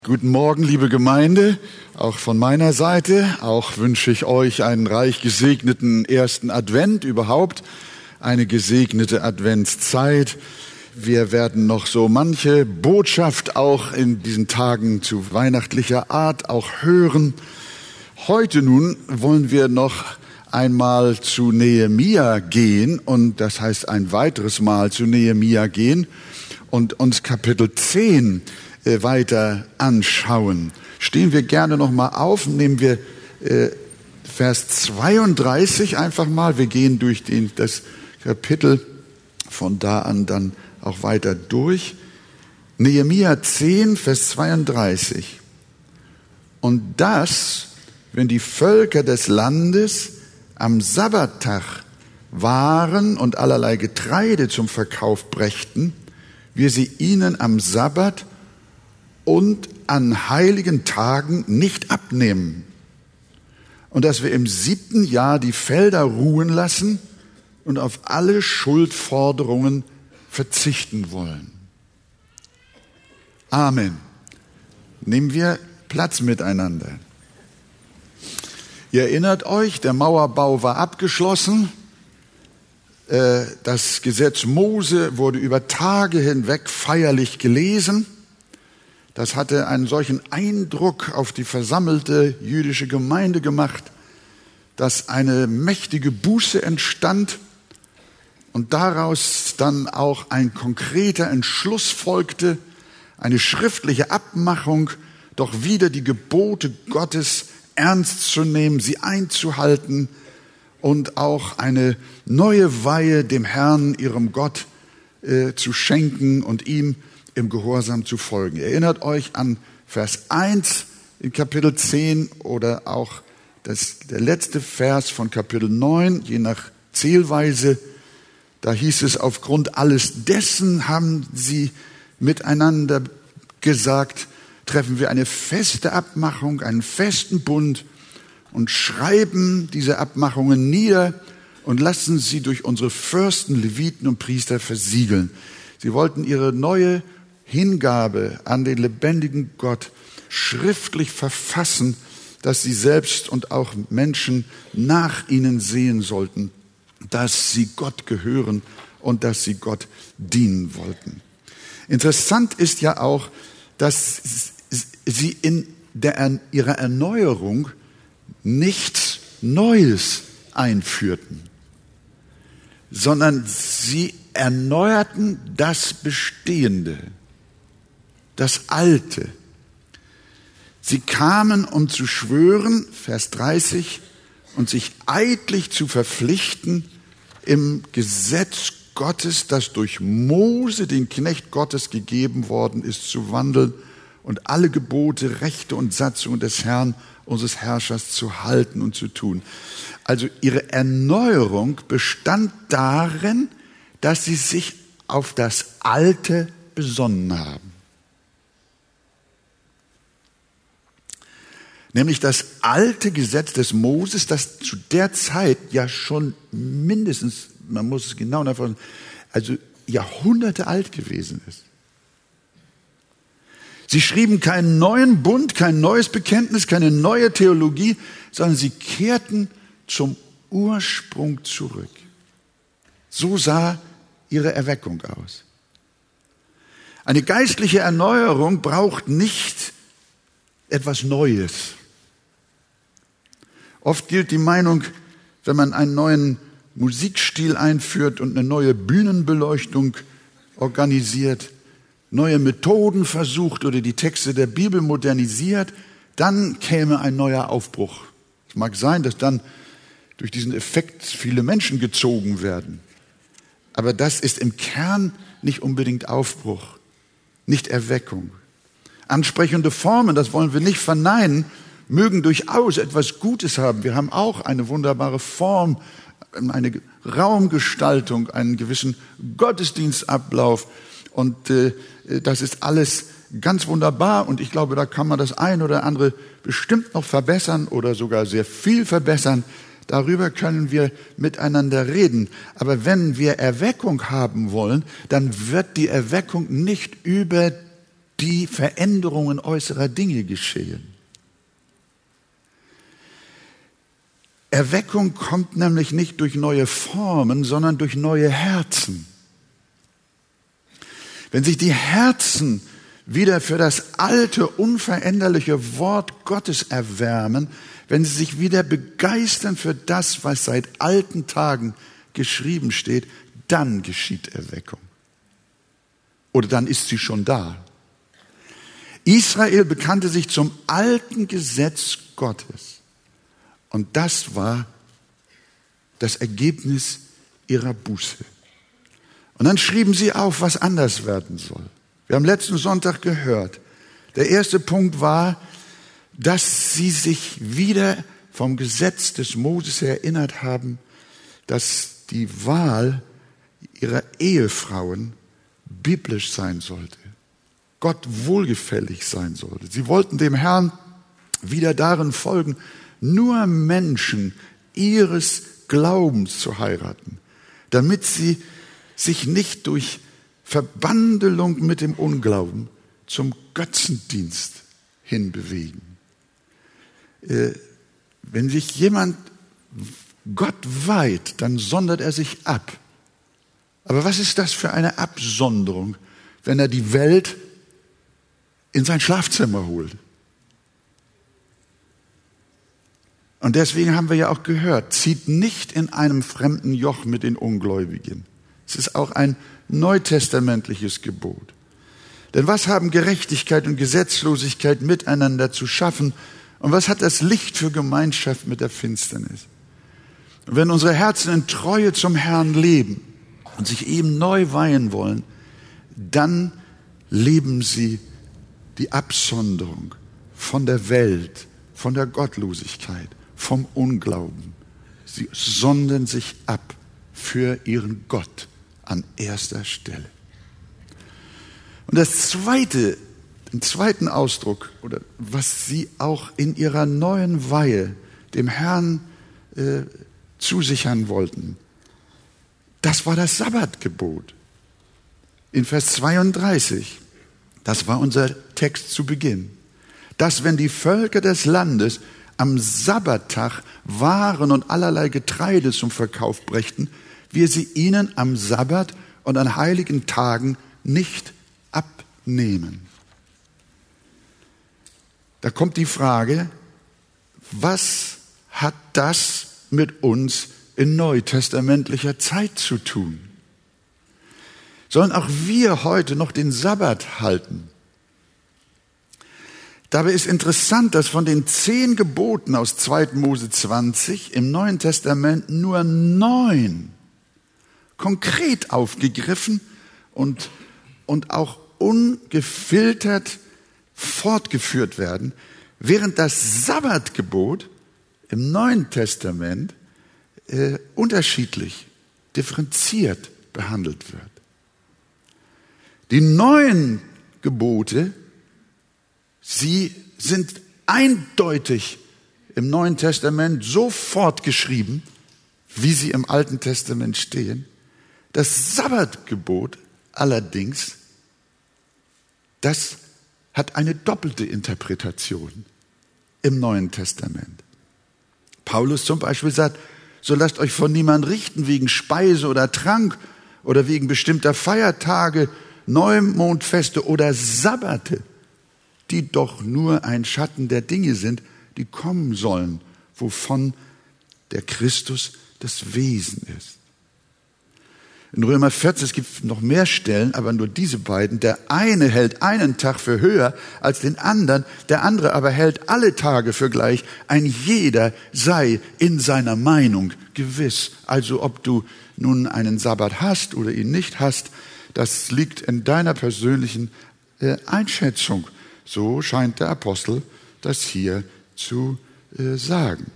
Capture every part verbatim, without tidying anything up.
Guten Morgen, liebe Gemeinde, auch von meiner Seite. Auch wünsche ich euch einen reich gesegneten ersten Advent, überhaupt eine gesegnete Adventszeit. Wir werden noch so manche Botschaft auch in diesen Tagen zu weihnachtlicher Art auch hören. Heute nun wollen wir noch einmal zu Nehemia gehen und das heißt ein weiteres Mal zu Nehemia gehen und uns Kapitel zehn weiter anschauen. Stehen wir gerne noch mal auf, nehmen wir äh, Vers zweiunddreißig einfach mal. Wir gehen durch den, das Kapitel von da an dann auch weiter durch. Nehemia zehn, Vers zweiunddreißig. Und das, wenn die Völker des Landes am Sabbattag Waren und allerlei Getreide zum Verkauf brächten, wir sie ihnen am Sabbat und an heiligen Tagen nicht abnehmen. Und dass wir im siebten Jahr die Felder ruhen lassen und auf alle Schuldforderungen verzichten wollen. Amen. Nehmen wir Platz miteinander. Ihr erinnert euch, der Mauerbau war abgeschlossen. Das Gesetz Mose wurde über Tage hinweg feierlich gelesen. Das hatte einen solchen Eindruck auf die versammelte jüdische Gemeinde gemacht, dass eine mächtige Buße entstand und daraus dann auch ein konkreter Entschluss folgte, eine schriftliche Abmachung, doch wieder die Gebote Gottes ernst zu nehmen, sie einzuhalten und auch eine neue Weihe dem Herrn, ihrem Gott, äh, zu schenken und ihm im Gehorsam zu folgen. Ihr erinnert euch an Vers eins in Kapitel zehn oder auch das, der letzte Vers von Kapitel neun, je nach Zählweise. Da hieß es, aufgrund alles dessen haben sie miteinander gesagt, treffen wir eine feste Abmachung, einen festen Bund und schreiben diese Abmachungen nieder und lassen sie durch unsere Fürsten, Leviten und Priester versiegeln. Sie wollten ihre neue Hingabe an den lebendigen Gott schriftlich verfassen, dass sie selbst und auch Menschen nach ihnen sehen sollten, dass sie Gott gehören und dass sie Gott dienen wollten. Interessant ist ja auch, dass sie in der, ihrer Erneuerung nichts Neues einführten, sondern sie erneuerten das Bestehende, das Alte. Sie kamen, um zu schwören, Vers dreißig, und sich eidlich zu verpflichten, im Gesetz Gottes, das durch Mose, den Knecht Gottes, gegeben worden ist, zu wandeln und alle Gebote, Rechte und Satzungen des Herrn, unseres Herrschers, zu halten und zu tun. Also ihre Erneuerung bestand darin, dass sie sich auf das Alte besonnen haben. Nämlich das alte Gesetz des Moses, das zu der Zeit ja schon mindestens, man muss es genau nachvollziehen, also Jahrhunderte alt gewesen ist. Sie schrieben keinen neuen Bund, kein neues Bekenntnis, keine neue Theologie, sondern sie kehrten zum Ursprung zurück. So sah ihre Erweckung aus. Eine geistliche Erneuerung braucht nicht etwas Neues. Oft gilt die Meinung, wenn man einen neuen Musikstil einführt und eine neue Bühnenbeleuchtung organisiert, neue Methoden versucht oder die Texte der Bibel modernisiert, dann käme ein neuer Aufbruch. Es mag sein, dass dann durch diesen Effekt viele Menschen gezogen werden. Aber das ist im Kern nicht unbedingt Aufbruch, nicht Erweckung. Ansprechende Formen, das wollen wir nicht verneinen, mögen durchaus etwas Gutes haben. Wir haben auch eine wunderbare Form, eine Raumgestaltung, einen gewissen Gottesdienstablauf. Und äh, das ist alles ganz wunderbar. Und ich glaube, da kann man das ein oder andere bestimmt noch verbessern oder sogar sehr viel verbessern. Darüber können wir miteinander reden. Aber wenn wir Erweckung haben wollen, dann wird die Erweckung nicht über die Veränderungen äußerer Dinge geschehen. Erweckung kommt nämlich nicht durch neue Formen, sondern durch neue Herzen. Wenn sich die Herzen wieder für das alte, unveränderliche Wort Gottes erwärmen, wenn sie sich wieder begeistern für das, was seit alten Tagen geschrieben steht, dann geschieht Erweckung. Oder dann ist sie schon da. Israel bekannte sich zum alten Gesetz Gottes. Und das war das Ergebnis ihrer Buße. Und dann schrieben sie auf, was anders werden soll. Wir haben letzten Sonntag gehört, der erste Punkt war, dass sie sich wieder vom Gesetz des Moses erinnert haben, dass die Wahl ihrer Ehefrauen biblisch sein sollte, Gott wohlgefällig sein sollte. Sie wollten dem Herrn wieder darin folgen, nur Menschen ihres Glaubens zu heiraten, damit sie sich nicht durch Verbandelung mit dem Unglauben zum Götzendienst hinbewegen. Äh, wenn sich jemand Gott weiht, dann sondert er sich ab. Aber was ist das für eine Absonderung, wenn er die Welt in sein Schlafzimmer holt? Und deswegen haben wir ja auch gehört, zieht nicht in einem fremden Joch mit den Ungläubigen. Es ist auch ein neutestamentliches Gebot. Denn was haben Gerechtigkeit und Gesetzlosigkeit miteinander zu schaffen? Und was hat das Licht für Gemeinschaft mit der Finsternis? Und wenn unsere Herzen in Treue zum Herrn leben und sich eben neu weihen wollen, dann leben sie die Absonderung von der Welt, von der Gottlosigkeit, vom Unglauben. Sie sondern sich ab für ihren Gott an erster Stelle. Und das zweite, den zweiten Ausdruck, oder was sie auch in ihrer neuen Weihe dem Herrn äh, zusichern wollten, das war das Sabbatgebot. In Vers zweiunddreißig, das war unser Text zu Beginn, dass wenn die Völker des Landes am Sabbattag Waren und allerlei Getreide zum Verkauf brächten, wir sie ihnen am Sabbat und an heiligen Tagen nicht abnehmen. Da kommt die Frage, was hat das mit uns in neutestamentlicher Zeit zu tun? Sollen auch wir heute noch den Sabbat halten? Dabei ist interessant, dass von den zehn Geboten aus zweiter Mose zwanzig im Neuen Testament nur neun konkret aufgegriffen und, und auch ungefiltert fortgeführt werden, während das Sabbatgebot im Neuen Testament äh, unterschiedlich, differenziert behandelt wird. Die neuen Gebote, sie sind eindeutig im Neuen Testament so fortgeschrieben, wie sie im Alten Testament stehen. Das Sabbatgebot allerdings, das hat eine doppelte Interpretation im Neuen Testament. Paulus zum Beispiel sagt, so lasst euch von niemand richten wegen Speise oder Trank oder wegen bestimmter Feiertage, Neumondfeste oder Sabbate, die doch nur ein Schatten der Dinge sind, die kommen sollen, wovon der Christus das Wesen ist. In Römer vierzehn, es gibt noch mehr Stellen, aber nur diese beiden. Der eine hält einen Tag für höher als den anderen, der andere aber hält alle Tage für gleich. Ein jeder sei in seiner Meinung gewiss. Also ob du nun einen Sabbat hast oder ihn nicht hast, das liegt in deiner persönlichen äh, Einschätzung. So scheint der Apostel das hier zu äh, sagen.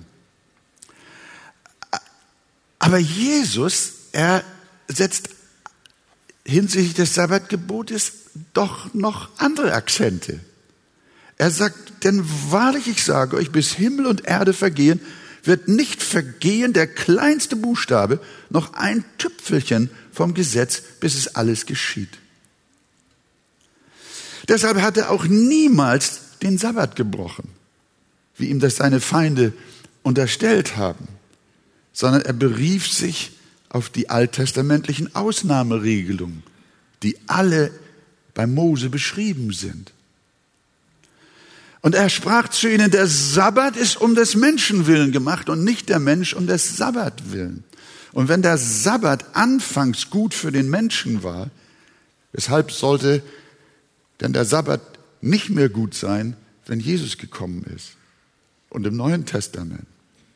Aber Jesus, er setzt hinsichtlich des Sabbatgebotes doch noch andere Akzente. Er sagt, denn wahrlich, ich sage euch, bis Himmel und Erde vergehen, wird nicht vergehen der kleinste Buchstabe, noch ein Tüpfelchen vom Gesetz, bis es alles geschieht. Deshalb hat er auch niemals den Sabbat gebrochen, wie ihm das seine Feinde unterstellt haben, sondern er berief sich auf die alttestamentlichen Ausnahmeregelungen, die alle bei Mose beschrieben sind. Und er sprach zu ihnen, der Sabbat ist um des Menschen willen gemacht und nicht der Mensch um des Sabbat willen. Und wenn der Sabbat anfangs gut für den Menschen war, weshalb sollte denn der Sabbat nicht mehr gut sein, wenn Jesus gekommen ist und im Neuen Testament?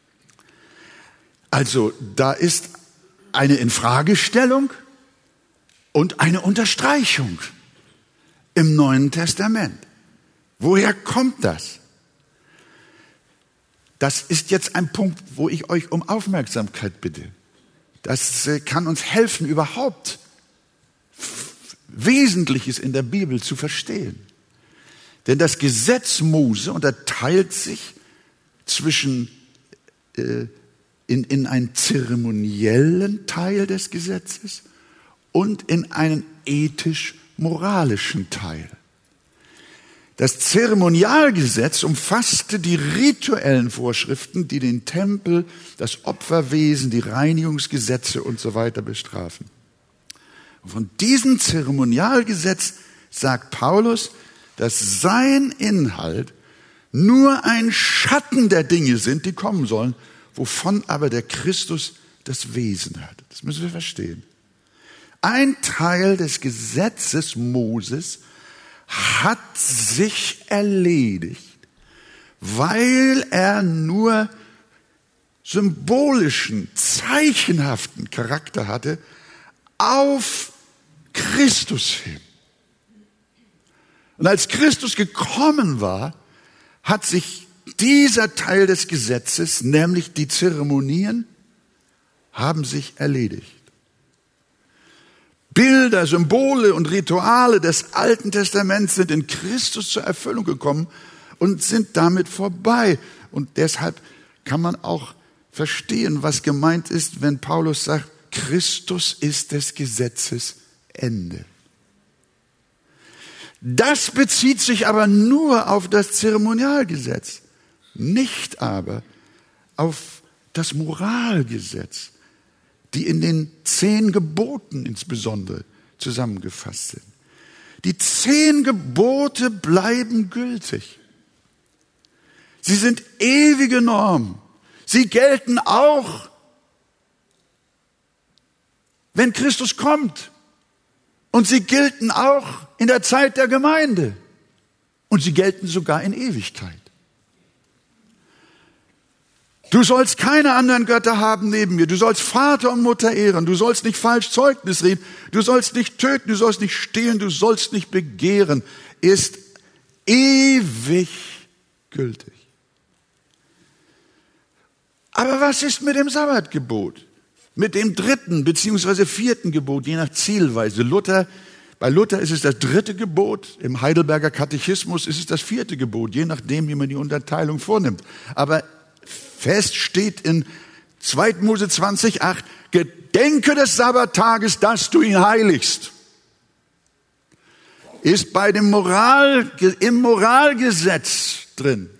Also da ist eine Infragestellung und eine Unterstreichung im Neuen Testament. Woher kommt das? Das ist jetzt ein Punkt, wo ich euch um Aufmerksamkeit bitte. Das kann uns helfen, überhaupt Wesentliches in der Bibel zu verstehen. Denn das Gesetz Mose unterteilt sich zwischen äh, in, in einen zeremoniellen Teil des Gesetzes und in einen ethisch-moralischen Teil. Das Zeremonialgesetz umfasste die rituellen Vorschriften, die den Tempel, das Opferwesen, die Reinigungsgesetze und so weiter bestrafen. Und von diesem Zeremonialgesetz sagt Paulus, dass sein Inhalt nur ein Schatten der Dinge sind, die kommen sollen, wovon aber der Christus das Wesen hat. Das müssen wir verstehen. Ein Teil des Gesetzes Moses hat sich erledigt, weil er nur symbolischen, zeichenhaften Charakter hatte auf Christus hin. Und als Christus gekommen war, hat sich dieser Teil des Gesetzes, nämlich die Zeremonien, haben sich erledigt. Bilder, Symbole und Rituale des Alten Testaments sind in Christus zur Erfüllung gekommen und sind damit vorbei. Und deshalb kann man auch verstehen, was gemeint ist, wenn Paulus sagt, Christus ist des Gesetzes Ende. Das bezieht sich aber nur auf das Zeremonialgesetz, nicht aber auf das Moralgesetz, die in den zehn Geboten insbesondere zusammengefasst sind. Die zehn Gebote bleiben gültig. Sie sind ewige Normen. Sie gelten auch, wenn Christus kommt. Und sie gelten auch in der Zeit der Gemeinde. Und sie gelten sogar in Ewigkeit. Du sollst keine anderen Götter haben neben mir. Du sollst Vater und Mutter ehren. Du sollst nicht falsch Zeugnis reden. Du sollst nicht töten. Du sollst nicht stehlen. Du sollst nicht begehren. Ist ewig gültig. Aber was ist mit dem Sabbatgebot? Mit dem dritten beziehungsweise vierten Gebot, je nach Zielweise. Luther, bei Luther ist es das dritte Gebot. Im Heidelberger Katechismus ist es das vierte Gebot, je nachdem, wie man die Unterteilung vornimmt. Aber fest steht in zweiter Mose zwanzig acht, gedenke des Sabbattages, dass du ihn heiligst. Ist bei dem Moral, im Moralgesetz drin.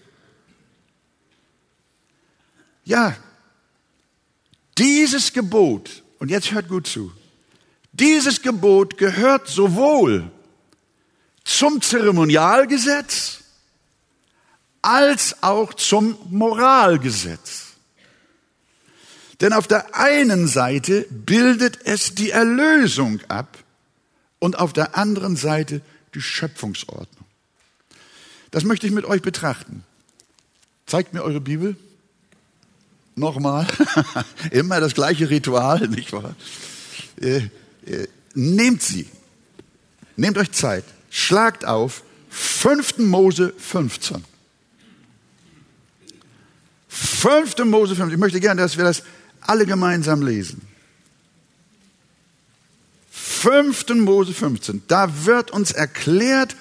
Ja, dieses Gebot, und jetzt hört gut zu, dieses Gebot gehört sowohl zum Zeremonialgesetz als auch zum Moralgesetz. Denn auf der einen Seite bildet es die Erlösung ab und auf der anderen Seite die Schöpfungsordnung. Das möchte ich mit euch betrachten. Zeigt mir eure Bibel. Nochmal. Immer das gleiche Ritual, nicht wahr? Äh, äh, nehmt sie. Nehmt euch Zeit. Schlagt auf fünfter Mose fünfzehn. fünfter Mose fünfzehn. Ich möchte gerne, dass wir das alle gemeinsam lesen. fünfter Mose fünfzehn. Da wird uns erklärt,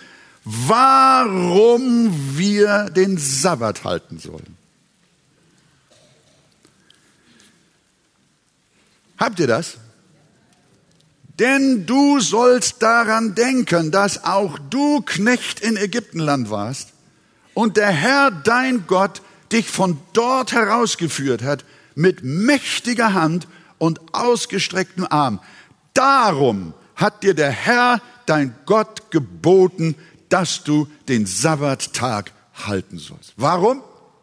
warum wir den Sabbat halten sollen. Habt ihr das? Denn du sollst daran denken, dass auch du Knecht in Ägyptenland warst und der Herr, dein Gott, dich von dort herausgeführt hat mit mächtiger Hand und ausgestrecktem Arm. Darum hat dir der Herr, dein Gott, geboten, dass du den Sabbattag halten sollst. Warum?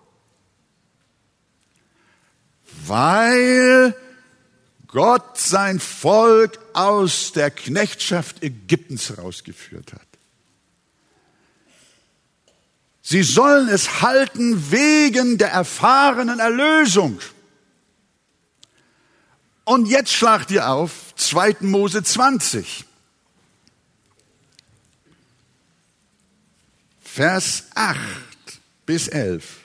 Weil Gott sein Volk aus der Knechtschaft Ägyptens herausgeführt hat. Sie sollen es halten wegen der erfahrenen Erlösung. Und jetzt schlagt ihr auf, zweiter Mose zwanzig. Vers acht bis elf.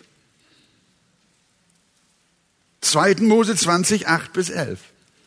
zweiter Mose zwanzig, acht bis elf.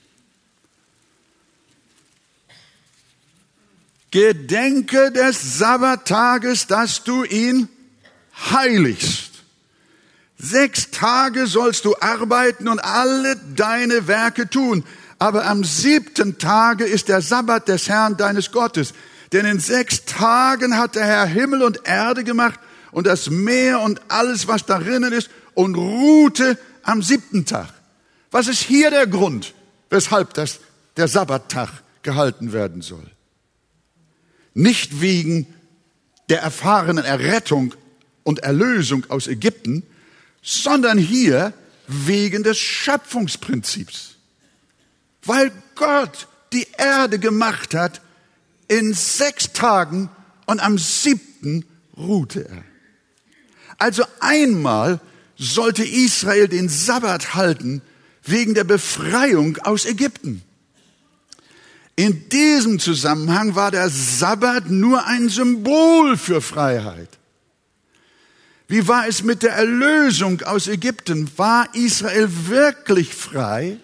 Gedenke des Sabbattages, dass du ihn heiligst. Sechs Tage sollst du arbeiten und alle deine Werke tun. Aber am siebten Tage ist der Sabbat des Herrn deines Gottes. Denn in sechs Tagen hat der Herr Himmel und Erde gemacht und das Meer und alles, was darinnen ist, und ruhte am siebten Tag. Was ist hier der Grund, weshalb das, der Sabbattag gehalten werden soll? Nicht wegen der erfahrenen Errettung und Erlösung aus Ägypten, sondern hier wegen des Schöpfungsprinzips. Weil Gott die Erde gemacht hat in sechs Tagen und am siebten ruhte er. Also einmal sollte Israel den Sabbat halten wegen der Befreiung aus Ägypten. In diesem Zusammenhang war der Sabbat nur ein Symbol für Freiheit. Wie war es mit der Erlösung aus Ägypten? War Israel wirklich frei?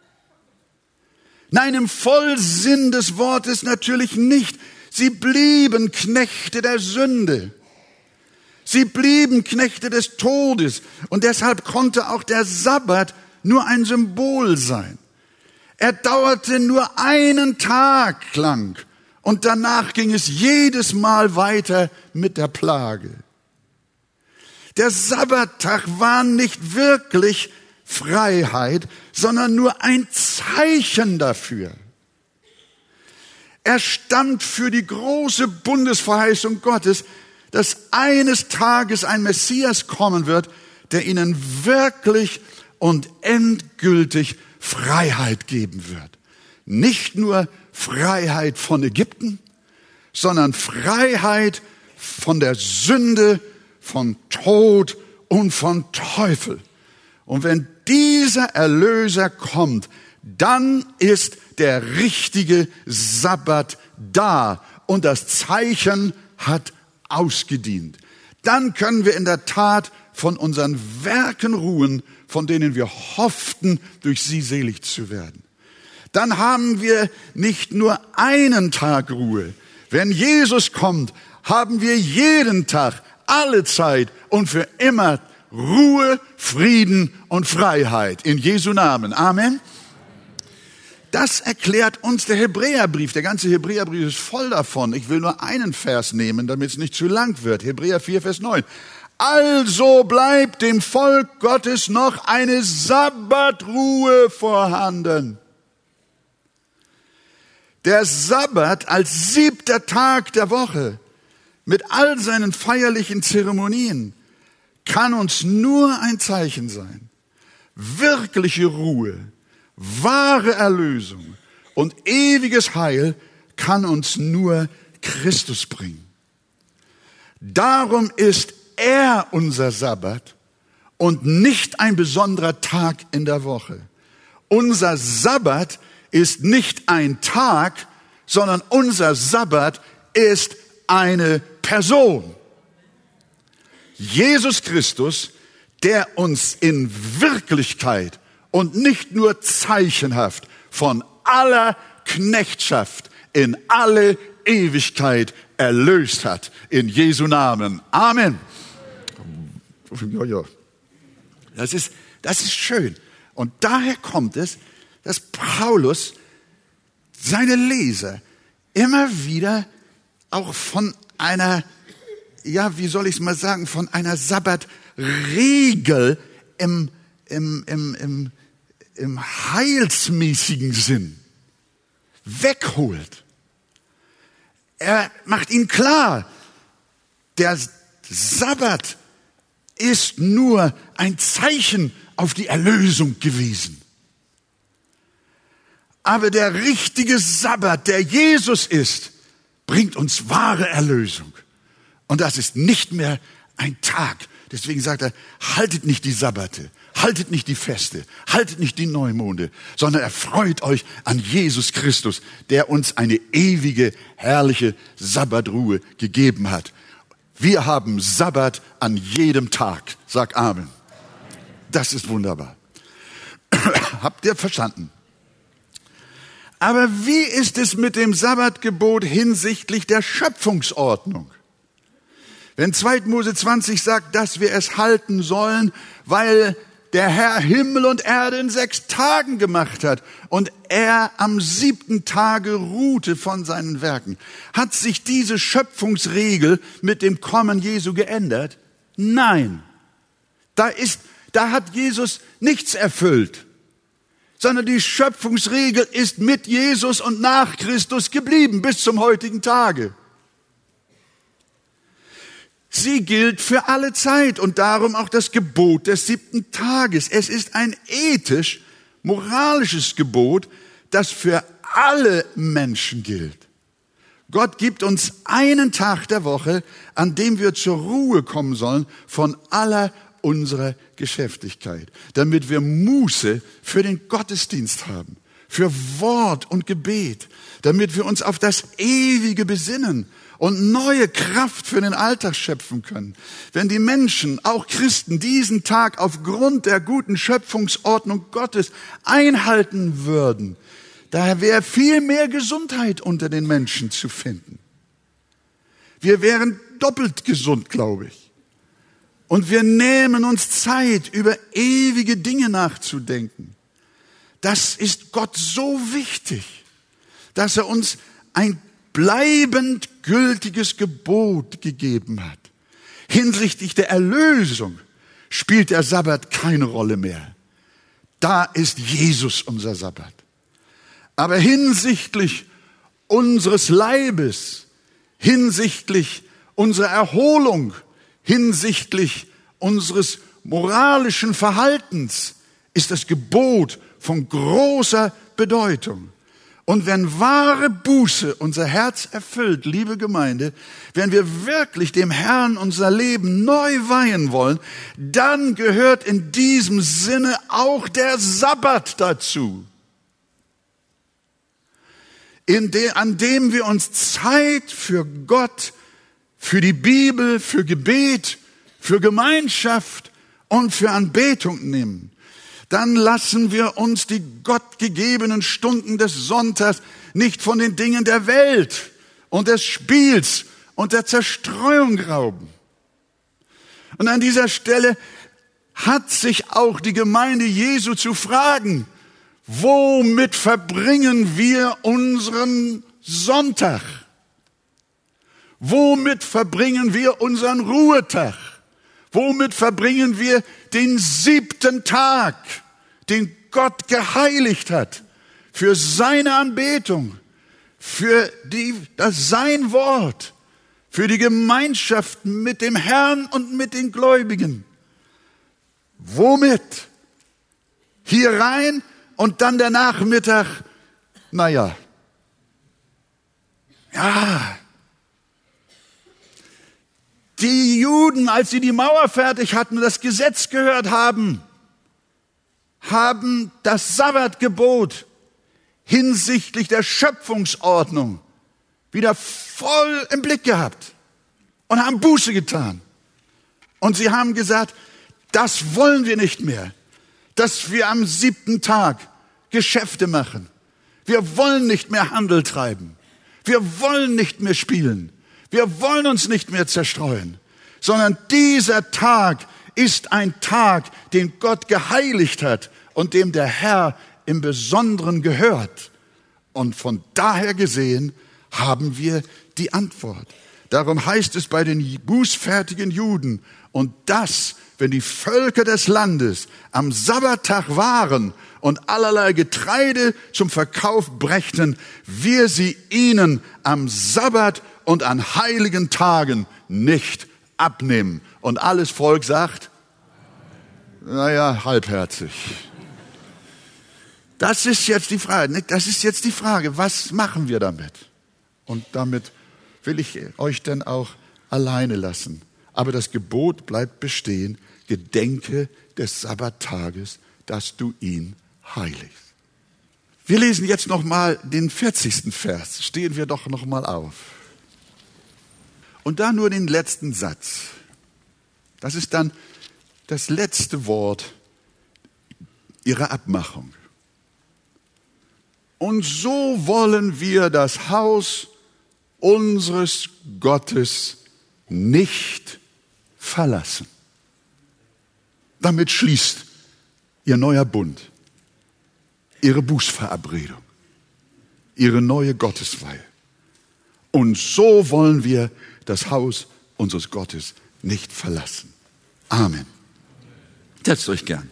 Nein, im Vollsinn des Wortes natürlich nicht. Sie blieben Knechte der Sünde. Sie blieben Knechte des Todes. Und deshalb konnte auch der Sabbat nur ein Symbol sein. Er dauerte nur einen Tag lang und danach ging es jedes Mal weiter mit der Plage. Der Sabbattag war nicht wirklich Freiheit, sondern nur ein Zeichen dafür. Er stand für die große Bundesverheißung Gottes, dass eines Tages ein Messias kommen wird, der ihnen wirklich und endgültig Freiheit geben wird. Nicht nur Freiheit von Ägypten, sondern Freiheit von der Sünde, von Tod und von Teufel. Und wenn dieser Erlöser kommt, dann ist der richtige Sabbat da und das Zeichen hat ausgedient. Dann können wir in der Tat von unseren Werken ruhen, von denen wir hofften, durch sie selig zu werden. Dann haben wir nicht nur einen Tag Ruhe. Wenn Jesus kommt, haben wir jeden Tag, alle Zeit und für immer Ruhe, Frieden und Freiheit. In Jesu Namen. Amen. Das erklärt uns der Hebräerbrief. Der ganze Hebräerbrief ist voll davon. Ich will nur einen Vers nehmen, damit es nicht zu lang wird. Hebräer vier, Vers neun. Also bleibt dem Volk Gottes noch eine Sabbatruhe vorhanden. Der Sabbat als siebter Tag der Woche mit all seinen feierlichen Zeremonien kann uns nur ein Zeichen sein. Wirkliche Ruhe, wahre Erlösung und ewiges Heil kann uns nur Christus bringen. Darum ist er unser Sabbat und nicht ein besonderer Tag in der Woche. Unser Sabbat ist nicht ein Tag, sondern unser Sabbat ist eine Person. Jesus Christus, der uns in Wirklichkeit und nicht nur zeichenhaft von aller Knechtschaft in alle Ewigkeit erlöst hat. In Jesu Namen. Amen. Ja, ja. Das ist, das ist schön. Und daher kommt es, dass Paulus seine Leser immer wieder auch von einer, ja, wie soll ich es mal sagen, von einer Sabbatregel im, im, im, im, im heilsmäßigen Sinn wegholt. Er macht ihnen klar, der Sabbat ist nur ein Zeichen auf die Erlösung gewesen. Aber der richtige Sabbat, der Jesus ist, bringt uns wahre Erlösung. Und das ist nicht mehr ein Tag. Deswegen sagt er, haltet nicht die Sabbate, haltet nicht die Feste, haltet nicht die Neumonde, sondern erfreut euch an Jesus Christus, der uns eine ewige, herrliche Sabbatruhe gegeben hat. Wir haben Sabbat an jedem Tag. Sag Amen. Das ist wunderbar. Habt ihr verstanden? Aber wie ist es mit dem Sabbatgebot hinsichtlich der Schöpfungsordnung? Wenn zweiter Mose zwanzig sagt, dass wir es halten sollen, weil der Herr Himmel und Erde in sechs Tagen gemacht hat und er am siebten Tage ruhte von seinen Werken. Hat sich diese Schöpfungsregel mit dem Kommen Jesu geändert? Nein. Da ist, da hat Jesus nichts erfüllt, sondern die Schöpfungsregel ist mit Jesus und nach Christus geblieben bis zum heutigen Tage. Sie gilt für alle Zeit und darum auch das Gebot des siebten Tages. Es ist ein ethisch-moralisches Gebot, das für alle Menschen gilt. Gott gibt uns einen Tag der Woche, an dem wir zur Ruhe kommen sollen von aller unserer Geschäftigkeit, damit wir Muße für den Gottesdienst haben, für Wort und Gebet, damit wir uns auf das Ewige besinnen und neue Kraft für den Alltag schöpfen können. Wenn die Menschen, auch Christen, diesen Tag aufgrund der guten Schöpfungsordnung Gottes einhalten würden, da wäre viel mehr Gesundheit unter den Menschen zu finden. Wir wären doppelt gesund, glaube ich. Und wir nehmen uns Zeit, über ewige Dinge nachzudenken. Das ist Gott so wichtig, dass er uns ein bleibend gültiges Gebot gegeben hat. Hinsichtlich der Erlösung spielt der Sabbat keine Rolle mehr. Da ist Jesus unser Sabbat. Aber hinsichtlich unseres Leibes, hinsichtlich unserer Erholung, hinsichtlich unseres moralischen Verhaltens ist das Gebot von großer Bedeutung. Und wenn wahre Buße unser Herz erfüllt, liebe Gemeinde, wenn wir wirklich dem Herrn unser Leben neu weihen wollen, dann gehört in diesem Sinne auch der Sabbat dazu, in de, an dem wir uns Zeit für Gott, für die Bibel, für Gebet, für Gemeinschaft und für Anbetung nehmen. Dann lassen wir uns die gottgegebenen Stunden des Sonntags nicht von den Dingen der Welt und des Spiels und der Zerstreuung rauben. Und an dieser Stelle hat sich auch die Gemeinde Jesu zu fragen, womit verbringen wir unseren Sonntag? Womit verbringen wir unseren Ruhetag? Womit verbringen wir den siebten Tag, den Gott geheiligt hat, für seine Anbetung, für die, das sein Wort, für die Gemeinschaft mit dem Herrn und mit den Gläubigen? Womit? Hier rein und dann der Nachmittag, naja, ja. Die Juden, als sie die Mauer fertig hatten und das Gesetz gehört haben, haben das Sabbatgebot hinsichtlich der Schöpfungsordnung wieder voll im Blick gehabt und haben Buße getan. Und sie haben gesagt, das wollen wir nicht mehr, dass wir am siebten Tag Geschäfte machen. Wir wollen nicht mehr Handel treiben. Wir wollen nicht mehr spielen. Wir wollen uns nicht mehr zerstreuen, sondern dieser Tag ist ein Tag, den Gott geheiligt hat und dem der Herr im Besonderen gehört. Und von daher gesehen haben wir die Antwort. Darum heißt es bei den bußfertigen Juden, und das, wenn die Völker des Landes am Sabbattag waren und allerlei Getreide zum Verkauf brächten, wir sie ihnen am Sabbat und an heiligen Tagen nicht abnehmen. Und alles Volk sagt, naja, halbherzig. Das ist jetzt die Frage, das ist jetzt die Frage, was machen wir damit? Und damit will ich euch dann auch alleine lassen. Aber das Gebot bleibt bestehen, gedenke des Sabbattages, dass du ihn heiligst. Wir lesen jetzt nochmal den vierzigsten Vers, stehen wir doch nochmal auf. Und da nur den letzten Satz. Das ist dann das letzte Wort ihrer Abmachung. Und so wollen wir das Haus unseres Gottes nicht verlassen. Damit schließt ihr neuer Bund, ihre Bußverabredung, ihre neue Gottesweihe. Und so wollen wir das Haus unseres Gottes nicht verlassen. Amen. Setzt euch gern.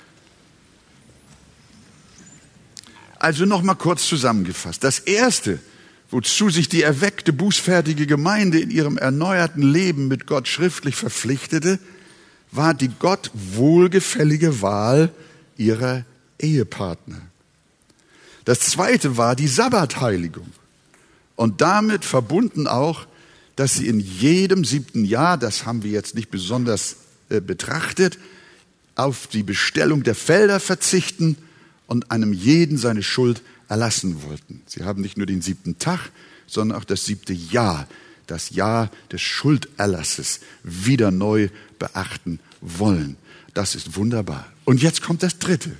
Also noch mal kurz zusammengefasst. Das Erste, wozu sich die erweckte, bußfertige Gemeinde in ihrem erneuerten Leben mit Gott schriftlich verpflichtete, war die Gott wohlgefällige Wahl ihrer Ehepartner. Das Zweite war die Sabbatheiligung und damit verbunden auch, dass sie in jedem siebten Jahr, das haben wir jetzt nicht besonders äh, betrachtet, auf die Bestellung der Felder verzichten und einem jeden seine Schuld erlassen wollten. Sie haben nicht nur den siebten Tag, sondern auch das siebte Jahr, das Jahr des Schulderlasses, wieder neu beachten wollen. Das ist wunderbar. Und jetzt kommt das Dritte.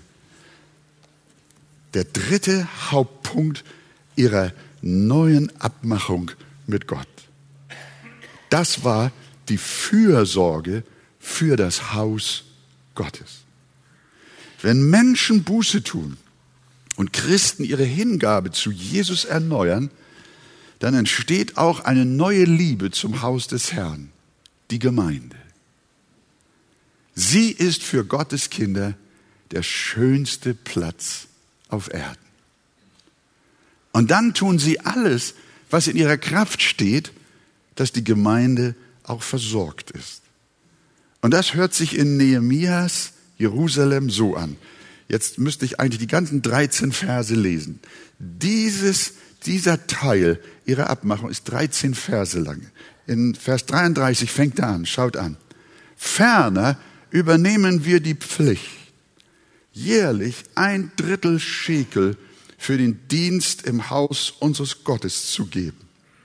Der dritte Hauptpunkt ihrer neuen Abmachung mit Gott. Das war die Fürsorge für das Haus Gottes. Wenn Menschen Buße tun und Christen ihre Hingabe zu Jesus erneuern, dann entsteht auch eine neue Liebe zum Haus des Herrn, die Gemeinde. Sie ist für Gottes Kinder der schönste Platz auf Erden. Und dann tun sie alles, was in ihrer Kraft steht, dass die Gemeinde auch versorgt ist. Und das hört sich in Nehemias Jerusalem so an. Jetzt müsste ich eigentlich die ganzen dreizehn Verse lesen. Dieses, dieser Teil ihrer Abmachung ist dreizehn Verse lang. In Vers dreiunddreißig fängt er an, schaut an. Ferner übernehmen wir die Pflicht, jährlich ein Drittel Schekel für den Dienst im Haus unseres Gottes zu geben.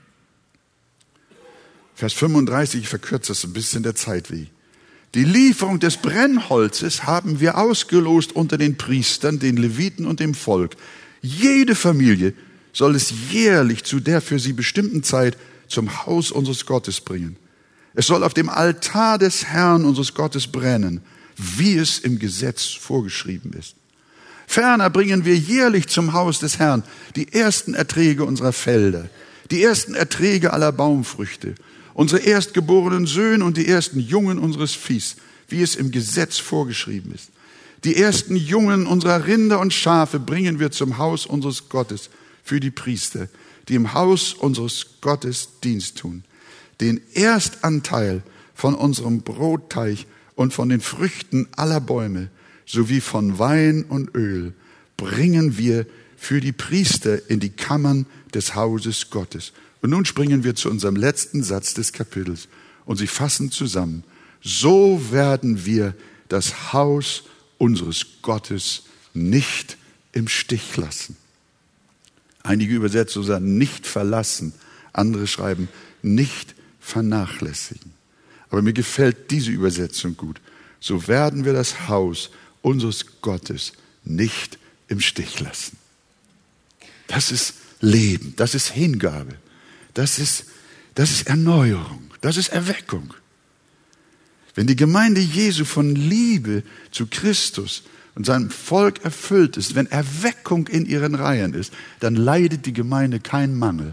Vers fünfunddreißig, ich verkürze das ein bisschen der Zeit wegen. Die Lieferung des Brennholzes haben wir ausgelost unter den Priestern, den Leviten und dem Volk. Jede Familie soll es jährlich zu der für sie bestimmten Zeit zum Haus unseres Gottes bringen. Es soll auf dem Altar des Herrn unseres Gottes brennen, wie es im Gesetz vorgeschrieben ist. Ferner bringen wir jährlich zum Haus des Herrn die ersten Erträge unserer Felder, die ersten Erträge aller Baumfrüchte, unsere erstgeborenen Söhne und die ersten Jungen unseres Viehs, wie es im Gesetz vorgeschrieben ist. Die ersten Jungen unserer Rinder und Schafe bringen wir zum Haus unseres Gottes für die Priester, die im Haus unseres Gottes Dienst tun. Den Erstanteil von unserem Brotteich und von den Früchten aller Bäume sowie von Wein und Öl bringen wir für die Priester in die Kammern des Hauses Gottes. Und nun springen wir zu unserem letzten Satz des Kapitels und sie fassen zusammen. So werden wir das Haus unseres Gottes nicht im Stich lassen. Einige Übersetzungen sagen nicht verlassen, andere schreiben nicht vernachlässigen. Aber mir gefällt diese Übersetzung gut. So werden wir das Haus unseres Gottes nicht im Stich lassen. Das ist Leben, das ist Hingabe. Das ist, das ist Erneuerung, das ist Erweckung. Wenn die Gemeinde Jesu von Liebe zu Christus und sein Volk erfüllt ist, wenn Erweckung in ihren Reihen ist, dann leidet die Gemeinde keinen Mangel.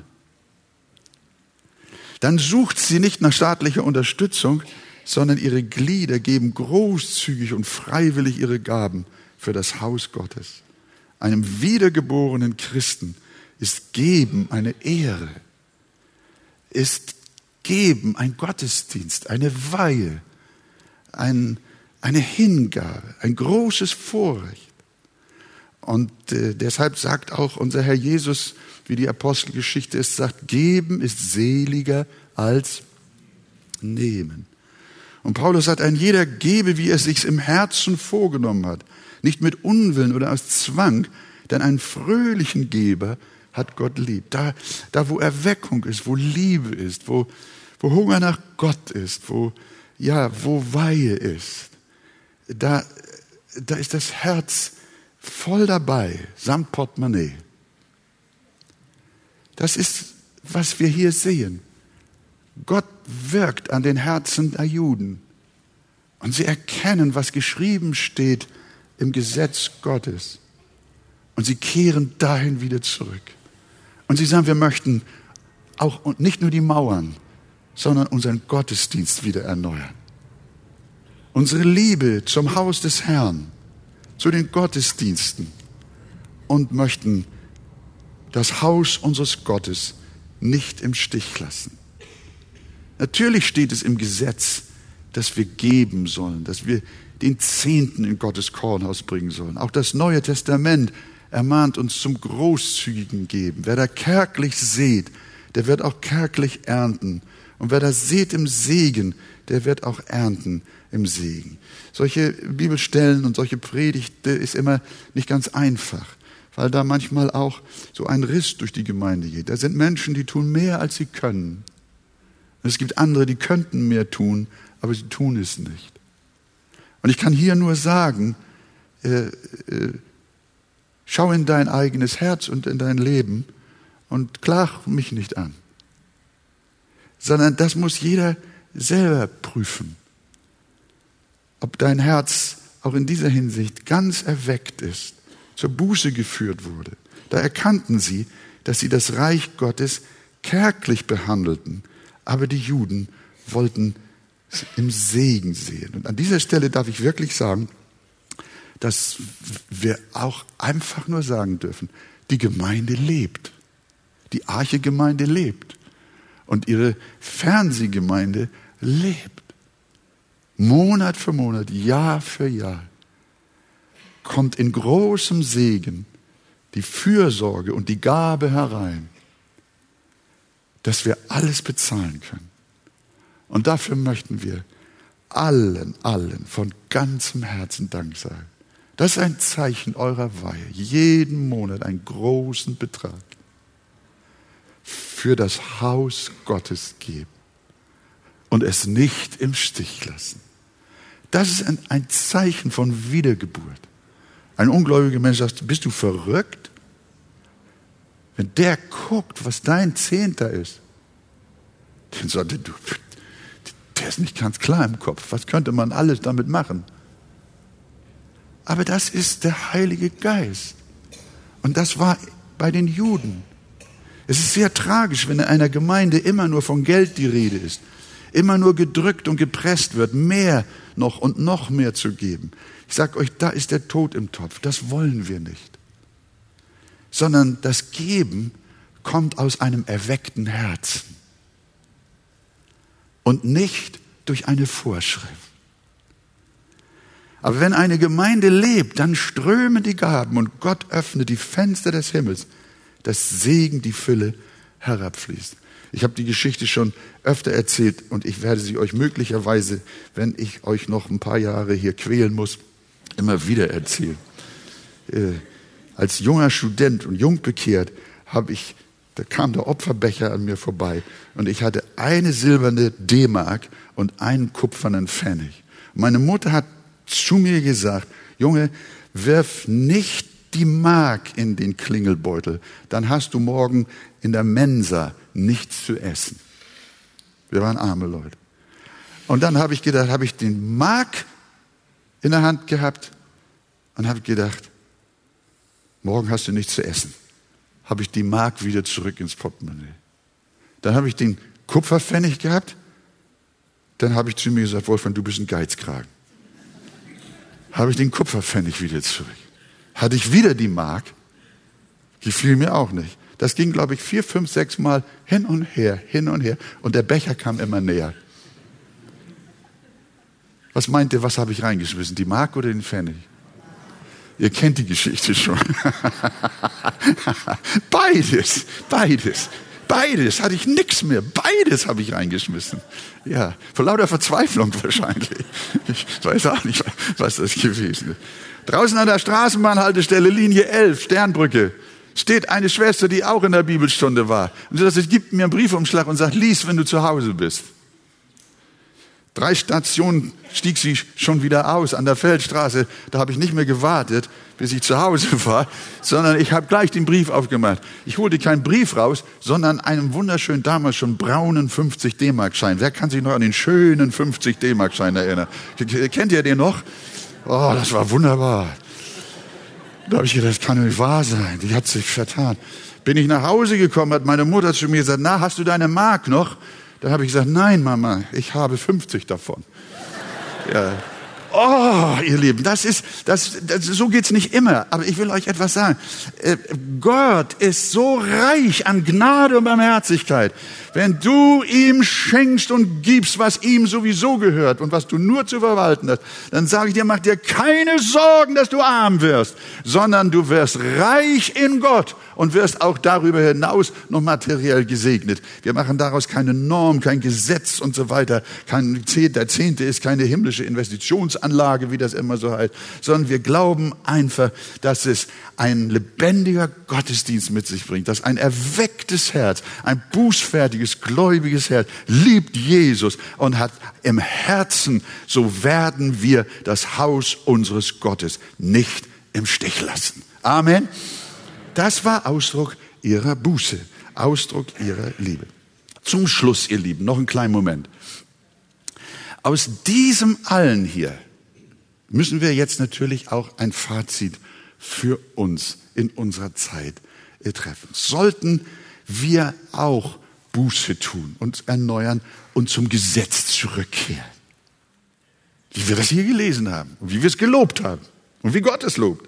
Dann sucht sie nicht nach staatlicher Unterstützung, sondern ihre Glieder geben großzügig und freiwillig ihre Gaben für das Haus Gottes. Einem wiedergeborenen Christen ist Geben eine Ehre, ist Geben ein Gottesdienst, eine Weihe, ein, eine Hingabe, ein großes Vorrecht. Und äh, deshalb sagt auch unser Herr Jesus, wie die Apostelgeschichte es sagt, Geben ist seliger als Nehmen. Und Paulus sagt, ein jeder gebe, wie er es sich im Herzen vorgenommen hat, nicht mit Unwillen oder aus Zwang, denn einen fröhlichen Geber hat Gott lieb. Da, da wo Erweckung ist, wo Liebe ist, wo, wo Hunger nach Gott ist, wo, ja, wo Weihe ist, da, da ist das Herz voll dabei, samt Portemonnaie. Das ist, was wir hier sehen. Gott wirkt an den Herzen der Juden. Und sie erkennen, was geschrieben steht im Gesetz Gottes. Und sie kehren dahin wieder zurück. Und sie sagen, wir möchten auch nicht nur die Mauern, sondern unseren Gottesdienst wieder erneuern. Unsere Liebe zum Haus des Herrn, zu den Gottesdiensten und möchten das Haus unseres Gottes nicht im Stich lassen. Natürlich steht es im Gesetz, dass wir geben sollen, dass wir den Zehnten in Gottes Kornhaus bringen sollen. Auch das Neue Testament ermahnt uns zum großzügigen Geben. Wer da kärglich sät, der wird auch kärglich ernten. Und wer da sät im Segen, der wird auch ernten im Segen. Solche Bibelstellen und solche Predigte ist immer nicht ganz einfach, weil da manchmal auch so ein Riss durch die Gemeinde geht. Da sind Menschen, die tun mehr, als sie können. Und es gibt andere, die könnten mehr tun, aber sie tun es nicht. Und ich kann hier nur sagen, äh, äh, schau in dein eigenes Herz und in dein Leben und klag mich nicht an. Sondern das muss jeder selber prüfen, ob dein Herz auch in dieser Hinsicht ganz erweckt ist, zur Buße geführt wurde. Da erkannten sie, dass sie das Reich Gottes kärglich behandelten, aber die Juden wollten es im Segen sehen. Und an dieser Stelle darf ich wirklich sagen, dass wir auch einfach nur sagen dürfen, die Gemeinde lebt. Die Arche-Gemeinde lebt. Und ihre Fernsehgemeinde lebt. Monat für Monat, Jahr für Jahr kommt in großem Segen die Fürsorge und die Gabe herein, dass wir alles bezahlen können. Und dafür möchten wir allen, allen von ganzem Herzen Dank sagen. Das ist ein Zeichen eurer Weihe. Jeden Monat einen großen Betrag für das Haus Gottes geben und es nicht im Stich lassen. Das ist ein, ein Zeichen von Wiedergeburt. Ein ungläubiger Mensch sagt, bist du verrückt? Wenn der guckt, was dein Zehnter ist, dann sagt er, du, der ist nicht ganz klar im Kopf. Was könnte man alles damit machen? Aber das ist der Heilige Geist. Und das war bei den Juden. Es ist sehr tragisch, wenn in einer Gemeinde immer nur von Geld die Rede ist, immer nur gedrückt und gepresst wird, mehr noch und noch mehr zu geben. Ich sage euch, da ist der Tod im Topf. Das wollen wir nicht. Sondern das Geben kommt aus einem erweckten Herzen und nicht durch eine Vorschrift. Aber wenn eine Gemeinde lebt, dann strömen die Gaben und Gott öffnet die Fenster des Himmels, dass Segen, die Fülle herabfließt. Ich habe die Geschichte schon öfter erzählt und ich werde sie euch möglicherweise, wenn ich euch noch ein paar Jahre hier quälen muss, immer wieder erzählen. Äh, als junger Student und jung bekehrt habe ich, da kam der Opferbecher an mir vorbei und ich hatte eine silberne D-Mark und einen kupfernen Pfennig. Und meine Mutter hat zu mir gesagt, Junge, wirf nicht die Mark in den Klingelbeutel, dann hast du morgen in der Mensa nichts zu essen. Wir waren arme Leute. Und dann habe ich gedacht, habe ich den Mark in der Hand gehabt und habe gedacht, morgen hast du nichts zu essen. Habe ich die Mark wieder zurück ins Portemonnaie. Dann habe ich den Kupferpfennig gehabt. Dann habe ich zu mir gesagt, Wolfgang, du bist ein Geizkragen. Habe ich den Kupferpfennig wieder zurück. Hatte ich wieder die Mark. Gefiel mir auch nicht. Das ging, glaube ich, vier, fünf, sechs Mal hin und her, hin und her. Und der Becher kam immer näher. Was meint ihr, was habe ich reingeschmissen? Die Mark oder den Pfennig? Ihr kennt die Geschichte schon. Beides, beides, beides. Hatte ich nichts mehr. Beides habe ich reingeschmissen. Ja, vor lauter Verzweiflung wahrscheinlich. Ich weiß auch nicht, was das gewesen ist. Draußen an der Straßenbahnhaltestelle, Linie elf, Sternbrücke, steht eine Schwester, die auch in der Bibelstunde war. Und sie sagt, gibt mir einen Briefumschlag und sagt, lies, wenn du zu Hause bist. Drei Stationen stieg sie schon wieder aus an der Feldstraße. Da habe ich nicht mehr gewartet, bis ich zu Hause war, sondern ich habe gleich den Brief aufgemacht. Ich holte keinen Brief raus, sondern einen wunderschönen, damals schon braunen fünfzig D-Mark-Schein. Wer kann sich noch an den schönen fünfzig D-Mark-Schein erinnern? Kennt ihr den noch? Oh, das war wunderbar. Da habe ich gedacht, das kann nicht wahr sein. Die hat sich vertan. Bin ich nach Hause gekommen, hat meine Mutter zu mir gesagt, na, hast du deine Mark noch? Dann habe ich gesagt, nein, Mama, ich habe fünfzig davon. Ja. Oh, ihr Lieben, das ist, das, das, so geht's nicht immer. Aber ich will euch etwas sagen. Äh, Gott ist so reich an Gnade und Barmherzigkeit. Wenn du ihm schenkst und gibst, was ihm sowieso gehört und was du nur zu verwalten hast, dann sage ich dir, mach dir keine Sorgen, dass du arm wirst, sondern du wirst reich in Gott und wirst auch darüber hinaus noch materiell gesegnet. Wir machen daraus keine Norm, kein Gesetz und so weiter. Kein Zehnte, der Zehnte ist keine himmlische Investitionsanlage, wie das immer so heißt, sondern wir glauben einfach, dass es ein lebendiger Gottesdienst mit sich bringt, dass ein erwecktes Herz, ein bußfertiges, gläubiges Herz liebt Jesus und hat im Herzen, so werden wir das Haus unseres Gottes nicht im Stich lassen. Amen. Das war Ausdruck ihrer Buße, Ausdruck ihrer Liebe. Zum Schluss, ihr Lieben, noch einen kleinen Moment. Aus diesem allen hier müssen wir jetzt natürlich auch ein Fazit für uns in unserer Zeit treffen. Sollten wir auch Buße tun, uns erneuern und zum Gesetz zurückkehren? Wie wir das hier gelesen haben und wie wir es gelobt haben und wie Gott es lobt.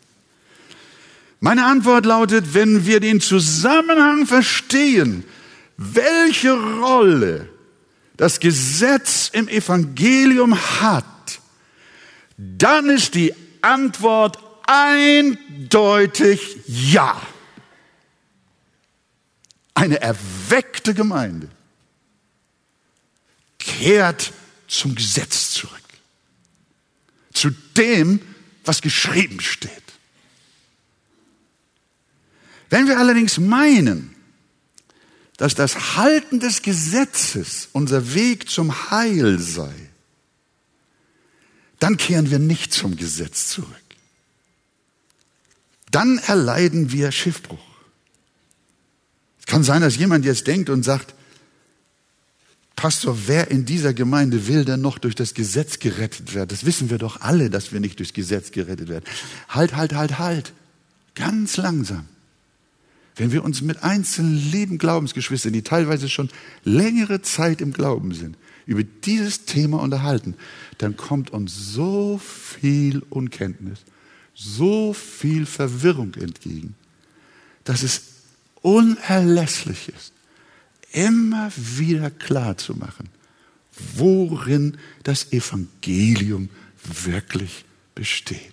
Meine Antwort lautet, wenn wir den Zusammenhang verstehen, welche Rolle das Gesetz im Evangelium hat, dann ist die Antwort eindeutig ja. Eine erweckte Gemeinde kehrt zum Gesetz zurück. Zu dem, was geschrieben steht. Wenn wir allerdings meinen, dass das Halten des Gesetzes unser Weg zum Heil sei, dann kehren wir nicht zum Gesetz zurück. Dann erleiden wir Schiffbruch. Es kann sein, dass jemand jetzt denkt und sagt, Pastor, wer in dieser Gemeinde will denn noch durch das Gesetz gerettet werden? Das wissen wir doch alle, dass wir nicht durchs Gesetz gerettet werden. Halt, halt, halt, halt. Ganz langsam. Wenn wir uns mit einzelnen lieben Glaubensgeschwistern, die teilweise schon längere Zeit im Glauben sind, über dieses Thema unterhalten, dann kommt uns so viel Unkenntnis, so viel Verwirrung entgegen, dass es unerlässlich ist, immer wieder klar zu machen, worin das Evangelium wirklich besteht.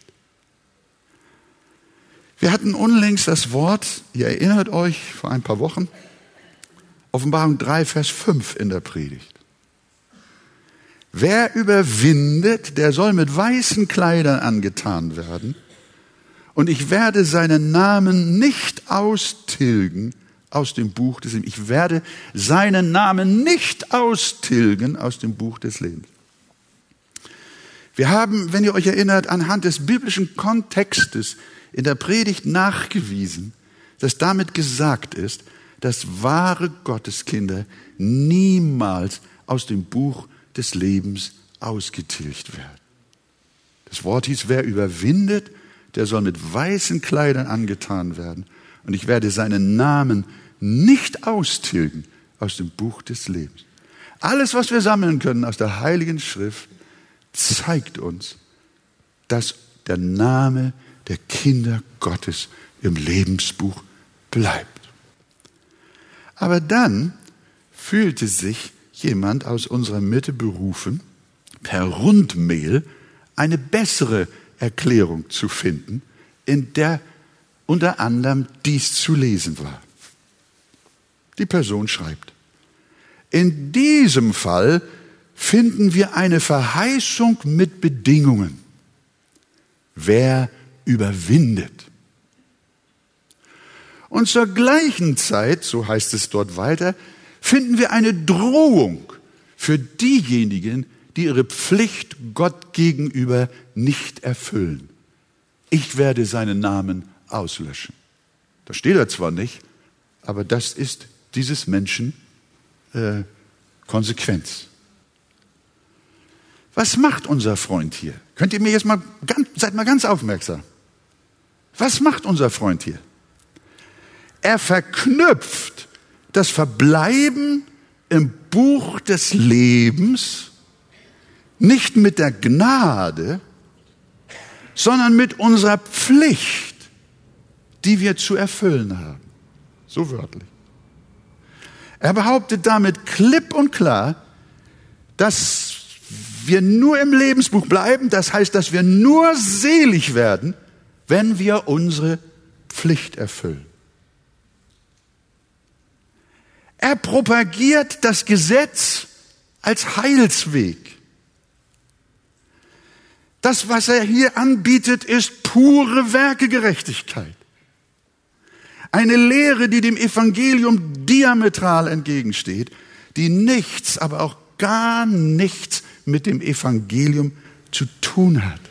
Wir hatten unlängst das Wort, ihr erinnert euch, vor ein paar Wochen, Offenbarung drei, Vers fünf in der Predigt. Wer überwindet, der soll mit weißen Kleidern angetan werden, und ich werde seinen Namen nicht austilgen aus dem Buch des Lebens. Ich werde seinen Namen nicht austilgen aus dem Buch des Lebens. Wir haben, wenn ihr euch erinnert, anhand des biblischen Kontextes in der Predigt nachgewiesen, dass damit gesagt ist, dass wahre Gotteskinder niemals aus dem Buch des Lebens ausgetilgt werden. Das Wort hieß, wer überwindet, der soll mit weißen Kleidern angetan werden. Und ich werde seinen Namen nicht austilgen aus dem Buch des Lebens. Alles, was wir sammeln können aus der Heiligen Schrift, zeigt uns, dass der Name der Kinder Gottes im Lebensbuch bleibt. Aber dann fühlte sich jemand aus unserer Mitte berufen, per Rundmail eine bessere Erklärung zu finden, in der unter anderem dies zu lesen war. Die Person schreibt: In diesem Fall finden wir eine Verheißung mit Bedingungen. Wer überwindet? Und zur gleichen Zeit, so heißt es dort weiter, finden wir eine Drohung für diejenigen, die ihre Pflicht Gott gegenüber nicht erfüllen. Ich werde seinen Namen auslöschen. Das steht da zwar nicht, aber das ist dieses Menschen äh, Konsequenz. Was macht unser Freund hier? Könnt ihr mir jetzt mal, ganz, seid mal ganz aufmerksam. Was macht unser Freund hier? Er verknüpft das Verbleiben im Buch des Lebens nicht mit der Gnade, sondern mit unserer Pflicht, die wir zu erfüllen haben. So wörtlich. Er behauptet damit klipp und klar, dass wir nur im Lebensbuch bleiben, das heißt, dass wir nur selig werden, wenn wir unsere Pflicht erfüllen. Er propagiert das Gesetz als Heilsweg. Das, was er hier anbietet, ist pure Werkegerechtigkeit. Eine Lehre, die dem Evangelium diametral entgegensteht, die nichts, aber auch gar nichts mit dem Evangelium zu tun hat.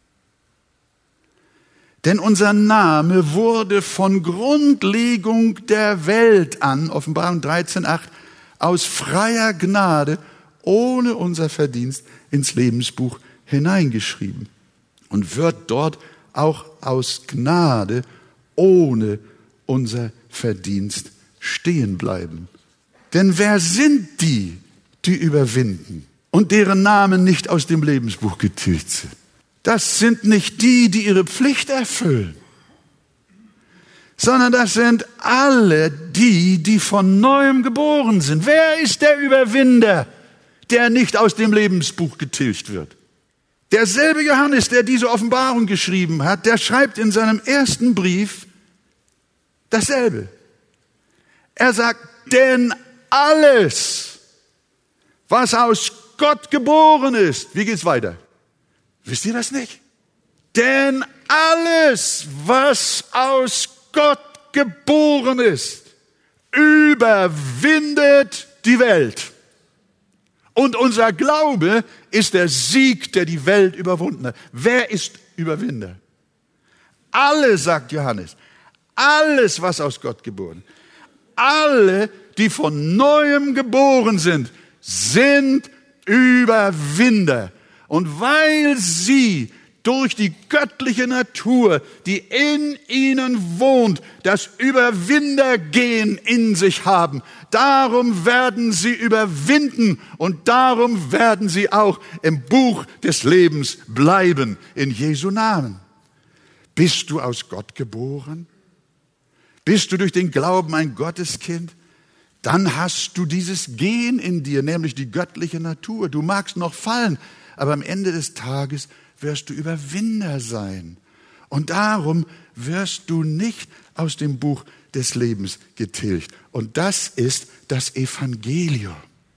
Denn unser Name wurde von Grundlegung der Welt an, Offenbarung dreizehn acht, aus freier Gnade, ohne unser Verdienst, ins Lebensbuch hineingeschrieben. Und wird dort auch aus Gnade, ohne unser Verdienst stehen bleiben. Denn wer sind die, die überwinden und deren Namen nicht aus dem Lebensbuch getilgt sind? Das sind nicht die, die ihre Pflicht erfüllen, sondern das sind alle die, die von Neuem geboren sind. Wer ist der Überwinder, der nicht aus dem Lebensbuch getilgt wird? Derselbe Johannes, der diese Offenbarung geschrieben hat, der schreibt in seinem ersten Brief dasselbe. Er sagt, denn alles, was aus Gott geboren ist, wie geht's weiter? Wisst ihr das nicht? Denn alles, was aus Gott geboren ist, überwindet die Welt. Und unser Glaube ist der Sieg, der die Welt überwunden hat. Wer ist Überwinder? Alle, sagt Johannes, alles, was aus Gott geboren ist. Alle, die von Neuem geboren sind, sind Überwinder. Und weil sie durch die göttliche Natur, die in ihnen wohnt, das Überwindergehen in sich haben, darum werden sie überwinden und darum werden sie auch im Buch des Lebens bleiben, in Jesu Namen. Bist du aus Gott geboren? Bist du durch den Glauben ein Gotteskind? Dann hast du dieses Gen in dir, nämlich die göttliche Natur. Du magst noch fallen, aber am Ende des Tages wirst du Überwinder sein. Und darum wirst du nicht aus dem Buch des Lebens getilgt. Und das ist das Evangelium.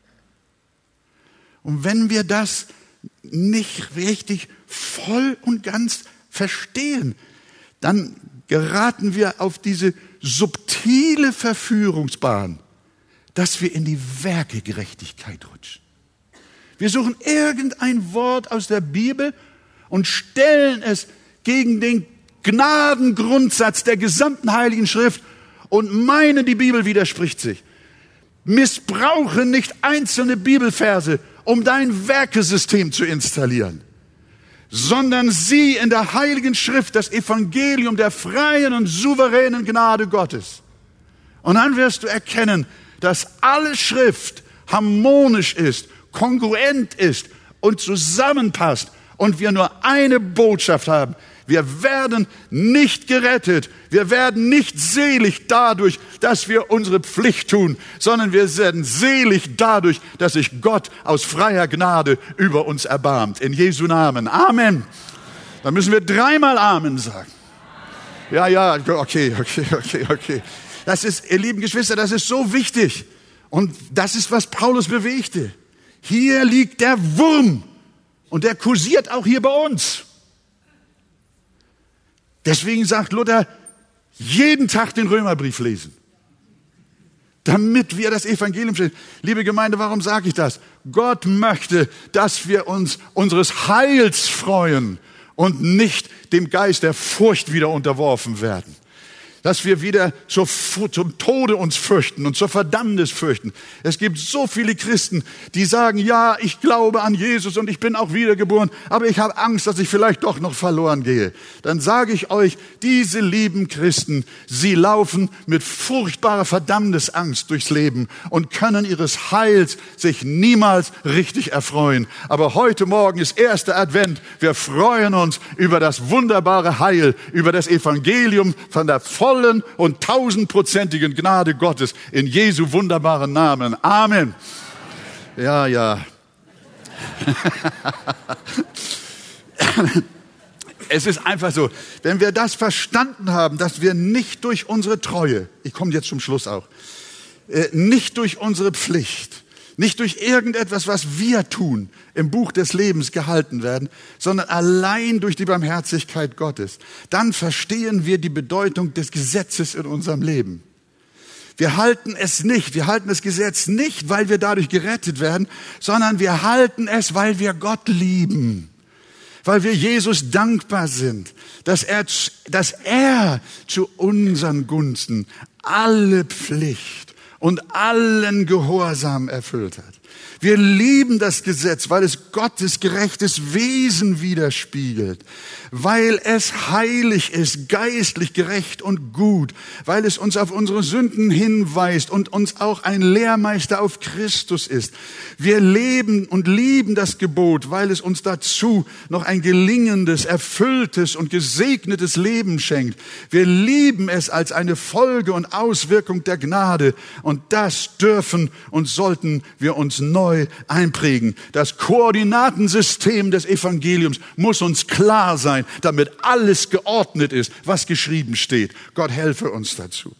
Und wenn wir das nicht richtig voll und ganz verstehen, dann geraten wir auf diese subtile Verführungsbahn, dass wir in die Werkegerechtigkeit rutschen. Wir suchen irgendein Wort aus der Bibel und stellen es gegen den Gnadengrundsatz der gesamten Heiligen Schrift und meinen, die Bibel widerspricht sich. Missbrauche nicht einzelne Bibelverse, um dein Werkesystem zu installieren. sondern sieh in der Heiligen Schrift das Evangelium der freien und souveränen Gnade Gottes. Und dann wirst du erkennen, dass alle Schrift harmonisch ist, kongruent ist und zusammenpasst und wir nur eine Botschaft haben. Wir werden nicht gerettet, wir werden nicht selig dadurch, dass wir unsere Pflicht tun, sondern wir werden selig dadurch, dass sich Gott aus freier Gnade über uns erbarmt. In Jesu Namen. Amen. Dann müssen wir dreimal Amen sagen. Ja, ja, okay, okay, okay, okay. Das ist, ihr lieben Geschwister, das ist so wichtig. Und das ist, was Paulus bewegte. Hier liegt der Wurm und der kursiert auch hier bei uns. Deswegen sagt Luther, jeden Tag den Römerbrief lesen, damit wir das Evangelium verstehen. Liebe Gemeinde, warum sage ich das? Gott möchte, dass wir uns unseres Heils freuen und nicht dem Geist der Furcht wieder unterworfen werden. Dass wir wieder zur, zum Tode uns fürchten und zur Verdammnis fürchten. Es gibt so viele Christen, die sagen, ja, ich glaube an Jesus und ich bin auch wiedergeboren, aber ich habe Angst, dass ich vielleicht doch noch verloren gehe. Dann sage ich euch, diese lieben Christen, sie laufen mit furchtbarer Verdammnisangst durchs Leben und können ihres Heils sich niemals richtig erfreuen. Aber heute Morgen ist erster Advent. Wir freuen uns über das wunderbare Heil, über das Evangelium von der vollen und tausendprozentigen Gnade Gottes in Jesu wunderbaren Namen. Amen. Ja, ja. Es ist einfach so, wenn wir das verstanden haben, dass wir nicht durch unsere Treue, ich komme jetzt zum Schluss auch, nicht durch unsere Pflicht, nicht durch irgendetwas, was wir tun, im Buch des Lebens gehalten werden, sondern allein durch die Barmherzigkeit Gottes. Dann verstehen wir die Bedeutung des Gesetzes in unserem Leben. Wir halten es nicht, wir halten das Gesetz nicht, weil wir dadurch gerettet werden, sondern wir halten es, weil wir Gott lieben. Weil wir Jesus dankbar sind, dass er, dass er zu unseren Gunsten alle Pflicht und allen Gehorsam erfüllt hat. Wir lieben das Gesetz, weil es Gottes gerechtes Wesen widerspiegelt, weil es heilig ist, geistlich gerecht und gut, weil es uns auf unsere Sünden hinweist und uns auch ein Lehrmeister auf Christus ist. Wir leben und lieben das Gebot, weil es uns dazu noch ein gelingendes, erfülltes und gesegnetes Leben schenkt. Wir lieben es als eine Folge und Auswirkung der Gnade und das dürfen und sollten wir uns neu einprägen. Das Koordinatensystem des Evangeliums muss uns klar sein, damit alles geordnet ist, was geschrieben steht. Gott helfe uns dazu.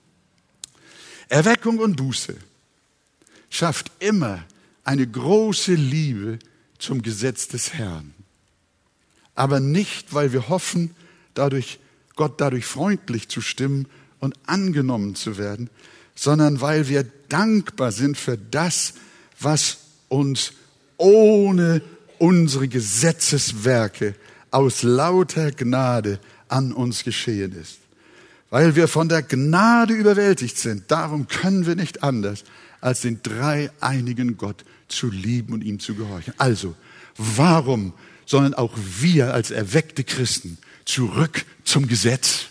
Erweckung und Buße schafft immer eine große Liebe zum Gesetz des Herrn. Aber nicht, weil wir hoffen, dadurch, Gott dadurch freundlich zu stimmen und angenommen zu werden, sondern weil wir dankbar sind für das, was uns ohne unsere Gesetzeswerke aus lauter Gnade an uns geschehen ist. Weil wir von der Gnade überwältigt sind, darum können wir nicht anders, als den dreieinigen Gott zu lieben und ihm zu gehorchen. Also, warum sollen auch wir als erweckte Christen zurück zum Gesetz?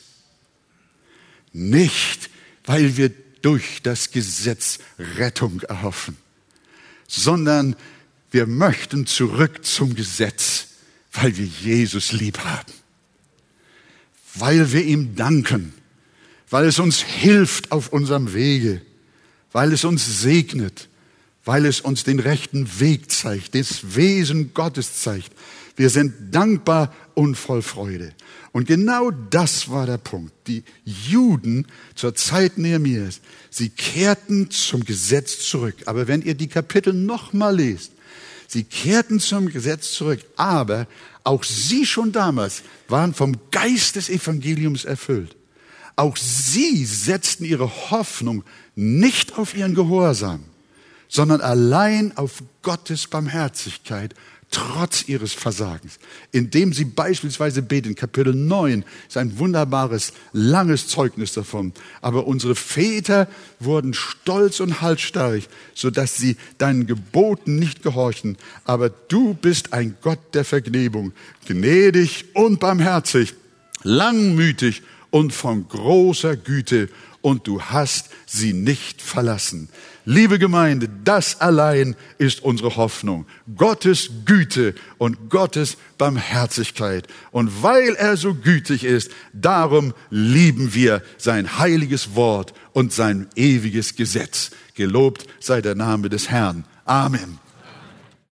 Nicht, weil wir durch das Gesetz Rettung erhoffen, sondern wir möchten zurück zum Gesetz, weil wir Jesus lieb haben, weil wir ihm danken, weil es uns hilft auf unserem Wege, weil es uns segnet, weil es uns den rechten Weg zeigt, das Wesen Gottes zeigt. Wir sind dankbar und voll Freude. Und genau das war der Punkt. Die Juden zur Zeit Nehemias, sie kehrten zum Gesetz zurück. Aber wenn ihr die Kapitel nochmal lest, sie kehrten zum Gesetz zurück. Aber auch sie schon damals waren vom Geist des Evangeliums erfüllt. Auch sie setzten ihre Hoffnung nicht auf ihren Gehorsam, sondern allein auf Gottes Barmherzigkeit trotz ihres Versagens, indem sie beispielsweise beten. Kapitel neun ist ein wunderbares, langes Zeugnis davon. Aber unsere Väter wurden stolz und halsstarrig, sodass sie deinen Geboten nicht gehorchen. Aber du bist ein Gott der Vergebung, gnädig und barmherzig, langmütig und von großer Güte, und du hast sie nicht verlassen. Liebe Gemeinde, das allein ist unsere Hoffnung. Gottes Güte und Gottes Barmherzigkeit. Und weil er so gütig ist, darum lieben wir sein heiliges Wort und sein ewiges Gesetz. Gelobt sei der Name des Herrn. Amen.